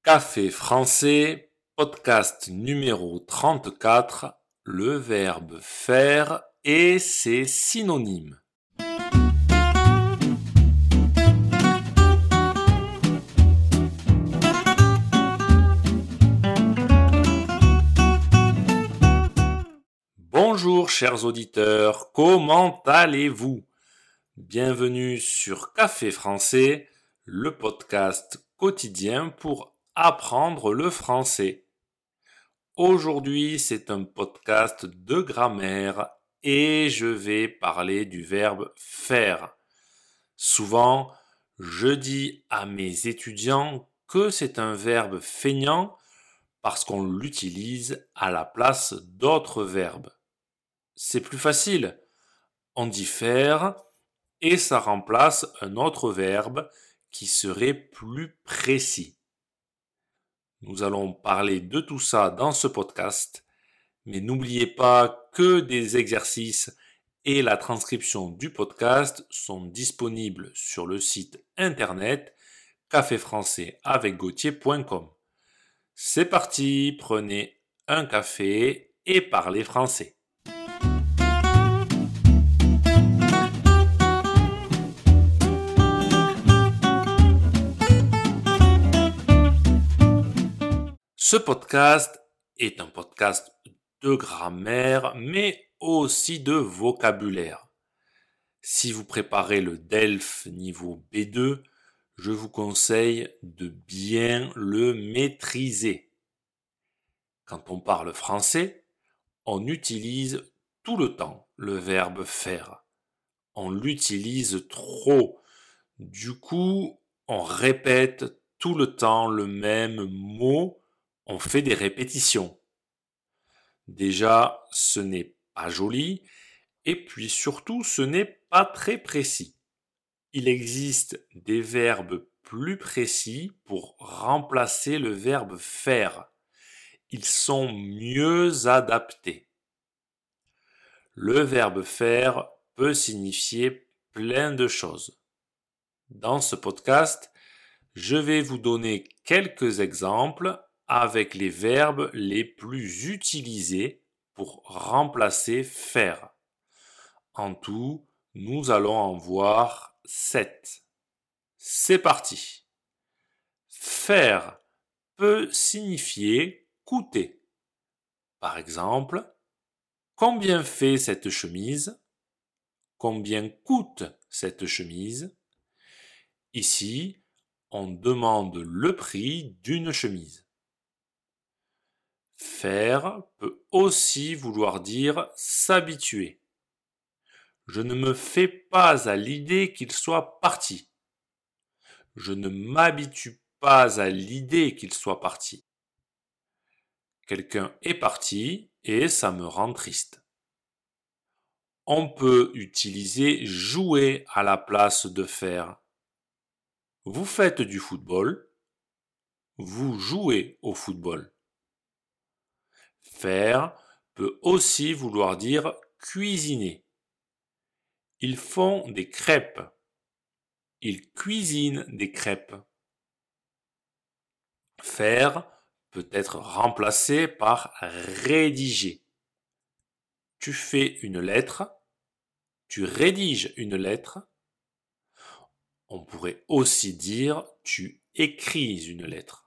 Café français, podcast numéro 34, le verbe faire et ses synonymes. Bonjour chers auditeurs, comment allez-vous? Bienvenue sur Café français, le podcast quotidien pour apprendre le français. Aujourd'hui, c'est un podcast de grammaire et je vais parler du verbe faire. Souvent, je dis à mes étudiants que c'est un verbe feignant parce qu'on l'utilise à la place d'autres verbes. C'est plus facile. On dit faire et ça remplace un autre verbe qui serait plus précis. Nous allons parler de tout ça dans ce podcast, mais n'oubliez pas que des exercices et la transcription du podcast sont disponibles sur le site internet caféfrançaisavecgautier.com. C'est parti, prenez un café et parlez français. Ce podcast est un podcast de grammaire, mais aussi de vocabulaire. Si vous préparez le DELF niveau B2, je vous conseille de bien le maîtriser. Quand on parle français, on utilise tout le temps le verbe faire. On l'utilise trop. Du coup, on répète tout le temps le même mot. On fait des répétitions. Déjà, ce n'est pas joli et puis surtout, ce n'est pas très précis. Il existe des verbes plus précis pour remplacer le verbe faire. Ils sont mieux adaptés. Le verbe faire peut signifier plein de choses. Dans ce podcast, je vais vous donner quelques exemples avec les verbes les plus utilisés pour remplacer faire. En tout, nous allons en voir 7. C'est parti. Faire peut signifier coûter. Par exemple, combien fait cette chemise? Combien coûte cette chemise? Ici, on demande le prix d'une chemise. Faire peut aussi vouloir dire s'habituer. Je ne me fais pas à l'idée qu'il soit parti. Je ne m'habitue pas à l'idée qu'il soit parti. Quelqu'un est parti et ça me rend triste. On peut utiliser jouer à la place de faire. Vous faites du football. Vous jouez au football. Faire peut aussi vouloir dire cuisiner. Ils font des crêpes. Ils cuisinent des crêpes. Faire peut être remplacé par rédiger. Tu fais une lettre. Tu rédiges une lettre. On pourrait aussi dire tu écris une lettre.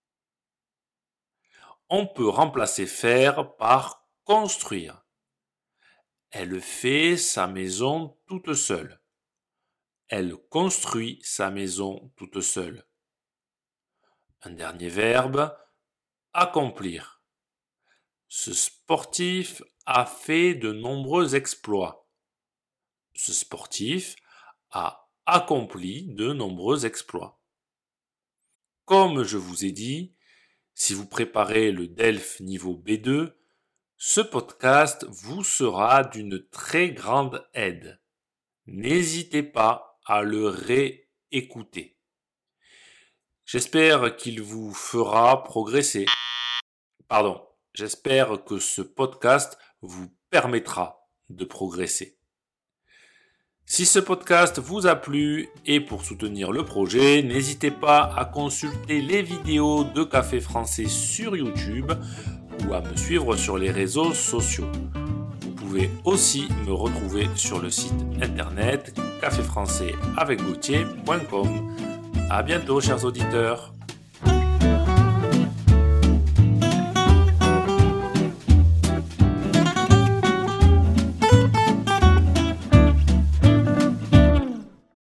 On peut remplacer faire par construire. Elle fait sa maison toute seule. Elle construit sa maison toute seule. Un dernier verbe, accomplir. Ce sportif a fait de nombreux exploits. Ce sportif a accompli de nombreux exploits. Comme je vous ai dit, si vous préparez le DELF niveau B2, ce podcast vous sera d'une très grande aide. N'hésitez pas à le réécouter. J'espère qu'il vous fera progresser. J'espère que ce podcast vous permettra de progresser. Si ce podcast vous a plu et pour soutenir le projet, n'hésitez pas à consulter les vidéos de Café Français sur YouTube ou à me suivre sur les réseaux sociaux. Vous pouvez aussi me retrouver sur le site internet caféfrançaisavecgautier.com. À bientôt, chers auditeurs.